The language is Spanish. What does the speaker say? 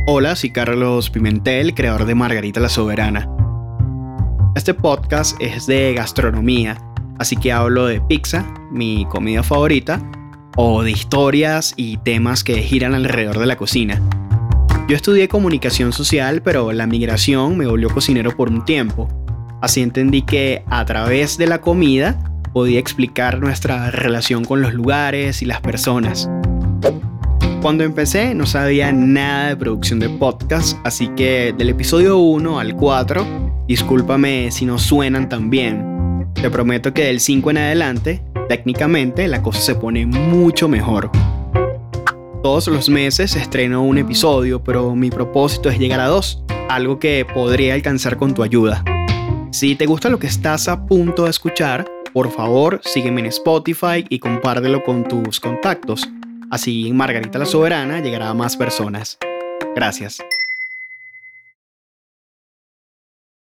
Hola, soy Carlos Pimentel, creador de Margarita la Soberana. Este podcast es de gastronomía, así que hablo de pizza, mi comida favorita, o de historias y temas que giran alrededor de la cocina. Yo estudié comunicación social, pero la migración me volvió cocinero por un tiempo. Así entendí que a través de la comida podía explicar nuestra relación con los lugares y las personas. Cuando empecé no sabía nada de producción de podcast, así que del episodio 1 al 4, discúlpame si no suenan tan bien. Te prometo que del 5 en adelante, técnicamente la cosa se pone mucho mejor. Todos los meses estreno un episodio, pero mi propósito es llegar a 2, algo que podría alcanzar con tu ayuda. Si te gusta lo que estás a punto de escuchar, por favor sígueme en Spotify y compártelo con tus contactos. Así Margarita la Soberana llegará a más personas. Gracias.